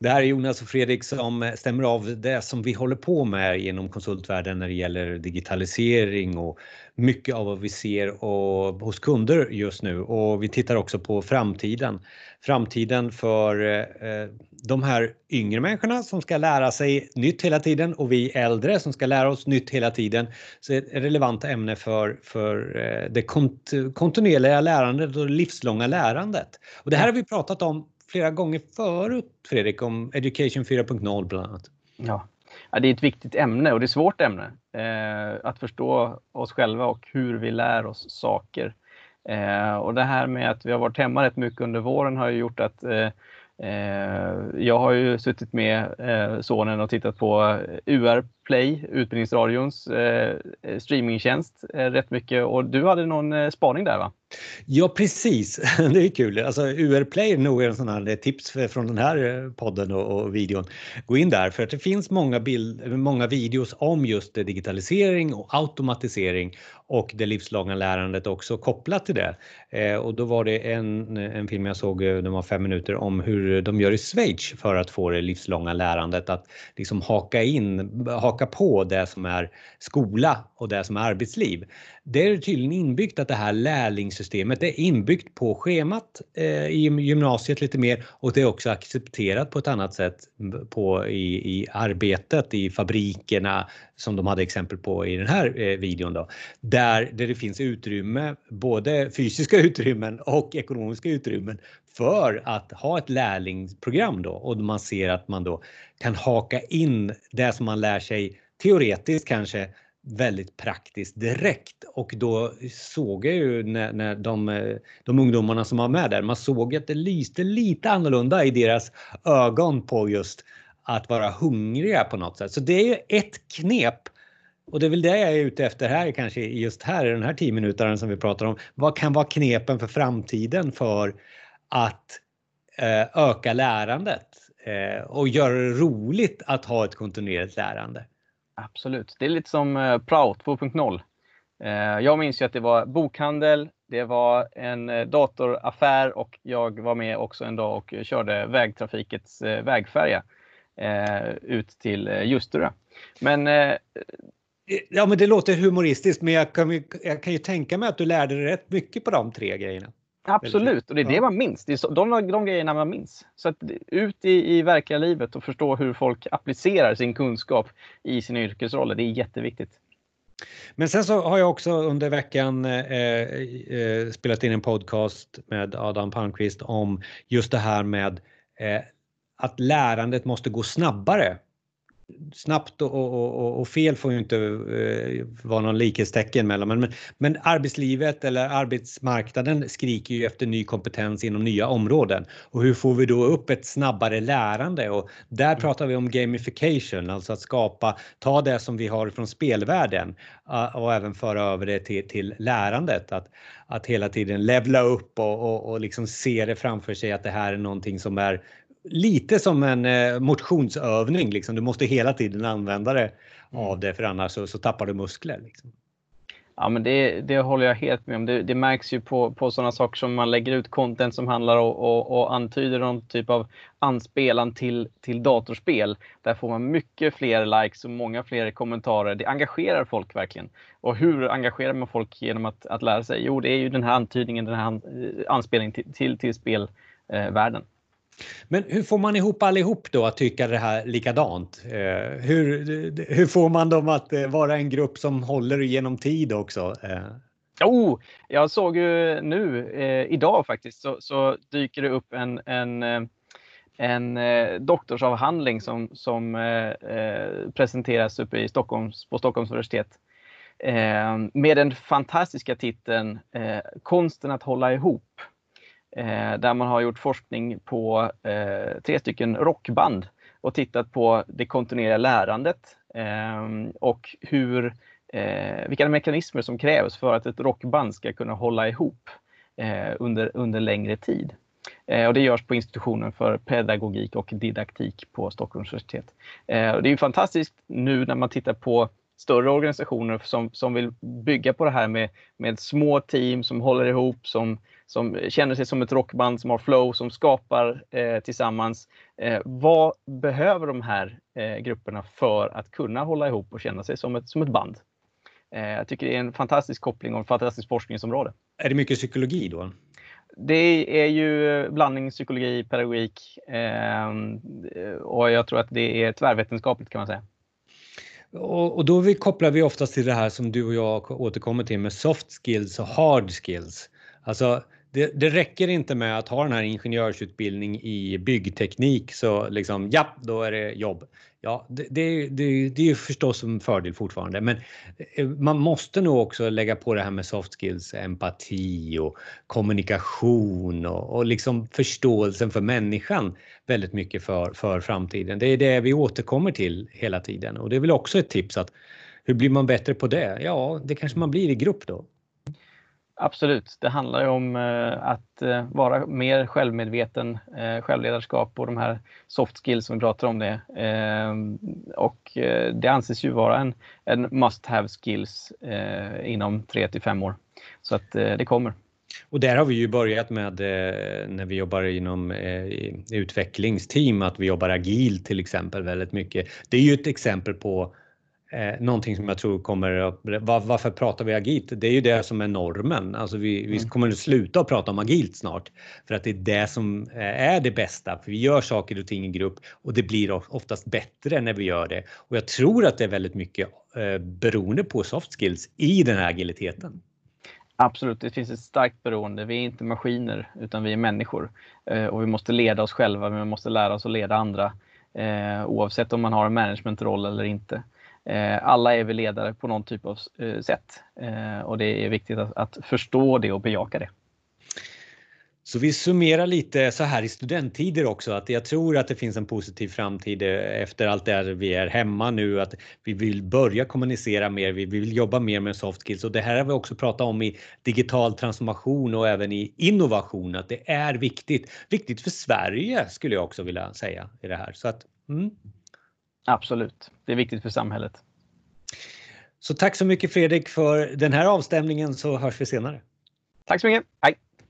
Det här är Jonas och Fredrik som stämmer av det som vi håller på med genom konsultvärlden när det gäller digitalisering och mycket av vad vi ser och hos kunder just nu. Och vi tittar också på framtiden. Framtiden för de här yngre människorna som ska lära sig nytt hela tiden och vi äldre som ska lära oss nytt hela tiden. Så ett relevant ämne för det kontinuerliga lärandet och det livslånga lärandet. Och det här har vi pratat om flera gånger förut, Fredrik, om Education 4.0 bland annat. Ja, det är ett viktigt ämne och det är ett svårt ämne. Att förstå oss själva och hur vi lär oss saker. Och det här med att vi har varit hemma rätt mycket under våren har ju gjort att jag har ju suttit med sonen och tittat på UR Play, Utbildningsradions streamingtjänst rätt mycket. Och du hade någon spaning där, va? Ja, precis. Det är kul. Alltså UR Play är nog en sån här tips från den här podden och videon. Gå in där för att det finns många videos om just digitalisering och automatisering och det livslånga lärandet också kopplat till det. Och då var det en film jag såg, den var 5 minuter, om hur de gör i Schweiz för att få det livslånga lärandet att liksom haka på det som är skola och det som är arbetsliv. Det är tydligen inbyggt att det här lärlingssystemet är inbyggt på schemat i gymnasiet lite mer och det är också accepterat på ett annat sätt i arbetet, i fabrikerna som de hade exempel på i den här videon då. Där det finns utrymme, både fysiska utrymmen och ekonomiska utrymmen för att ha ett lärlingsprogram då och man ser att man då kan haka in det som man lär sig teoretiskt kanske väldigt praktiskt direkt och då såg jag ju när de ungdomarna som var med där, man såg att det lyste lite annorlunda i deras ögon på just att vara hungriga på något sätt. Så det är ju ett knep och det är väl det jag är ute efter här kanske just här i den här 10 minuterna som vi pratar om. Vad kan vara knepen för framtiden för att öka lärandet och göra det roligt att ha ett kontinuerligt lärande? Absolut. Det är lite som Prao 2.0. Jag minns ju att det var bokhandel, det var en datoraffär och jag var med också en dag och körde vägtrafikets vägfärja ut till Ljusterö. Men ja, men det låter humoristiskt, men jag kan ju tänka mig att du lärde dig rätt mycket på de 3 grejerna. Absolut, och det är det man minns. Det är de grejerna man minns. Så att ut i verkliga livet och förstå hur folk applicerar sin kunskap i sin yrkesroller, det är jätteviktigt. Men sen så har jag också under veckan spelat in en podcast med Adam Palmqvist om just det här med att lärandet måste gå snabbare. Snabbt och fel får ju inte vara någon likhetstecken mellan, men arbetslivet eller arbetsmarknaden skriker ju efter ny kompetens inom nya områden och hur får vi då upp ett snabbare lärande och där pratar vi om gamification, alltså att ta det som vi har från spelvärlden och även föra över det till lärandet, att hela tiden levla upp och liksom se det framför sig att det här är någonting som är lite som en motionsövning liksom. Du måste hela tiden använda det av det för annars så tappar du muskler liksom. Ja, men det håller jag helt med om. Det märks ju på sådana saker som man lägger ut content som handlar och antyder någon typ av anspelan till datorspel. Där får man mycket fler likes och många fler kommentarer. Det engagerar folk verkligen. Och hur engagerar man folk genom att lära sig? Jo, det är ju den här antydningen, den här anspelningen till spelvärlden. Men hur får man ihop allihop då att tycka det här likadant? Hur får man dem att vara en grupp som håller genom tid också? Jag såg ju nu idag faktiskt så dyker det upp en doktorsavhandling som presenteras uppe i på Stockholms universitet med den fantastiska titeln Konsten att hålla ihop. Där man har gjort forskning på 3 stycken rockband och tittat på det kontinuerliga lärandet och vilka mekanismer som krävs för att ett rockband ska kunna hålla ihop under längre tid. Och det görs på institutionen för pedagogik och didaktik på Stockholms universitet. Och det är ju fantastiskt nu när man tittar på större organisationer som vill bygga på det här med små team som håller ihop, som känner sig som ett rockband, som har flow, som skapar tillsammans. Vad behöver de här grupperna för att kunna hålla ihop och känna sig som ett band? Jag tycker det är en fantastisk koppling och en fantastisk forskningsområde. Är det mycket psykologi då? Det är ju blandning psykologi, pedagogik och jag tror att det är tvärvetenskapligt kan man säga. Och då kopplar vi oftast till det här som du och jag återkommer till med soft skills och hard skills. Alltså det räcker inte med att ha den här ingenjörsutbildning i byggteknik så liksom ja, då är det jobb. Ja, det är ju förstås en fördel fortfarande, men man måste nog också lägga på det här med soft skills, empati och kommunikation och liksom förståelsen för människan väldigt mycket för framtiden. Det är det vi återkommer till hela tiden och det är väl också ett tips att hur blir man bättre på det? Ja, det kanske man blir i grupp då. Absolut, det handlar ju om att vara mer självmedveten, självledarskap och de här soft skills som vi pratar om det. Och det anses ju vara en must have skills inom 3 till 5 år. Så att det kommer. Och där har vi ju börjat med när vi jobbar inom utvecklingsteam att vi jobbar agilt till exempel väldigt mycket. Det är ju ett exempel på någonting som jag tror kommer varför pratar vi agilt? Det är ju det som är normen. Alltså vi kommer att sluta att prata om agilt snart för att det är det som är det bästa. För vi gör saker och ting i grupp och det blir oftast bättre när vi gör det. Och jag tror att det är väldigt mycket beroende på soft skills i den här agiliteten. Absolut, det finns ett starkt beroende. Vi är inte maskiner utan vi är människor. Och vi måste leda oss själva, men vi måste lära oss att leda andra. Oavsett om man har en managementroll eller inte. Alla är vi ledare på någon typ av sätt. Och det är viktigt att förstå det och bejaka det. Så vi summerar lite så här i studenttider också att jag tror att det finns en positiv framtid efter allt det vi är hemma nu, att vi vill börja kommunicera mer, vi vill jobba mer med soft skills och det här har vi också pratat om i digital transformation och även i innovation att det är viktigt för Sverige skulle jag också vilja säga i det här. Så att, Absolut, det är viktigt för samhället. Så tack så mycket Fredrik för den här avstämningen så hörs vi senare. Tack så mycket, hej!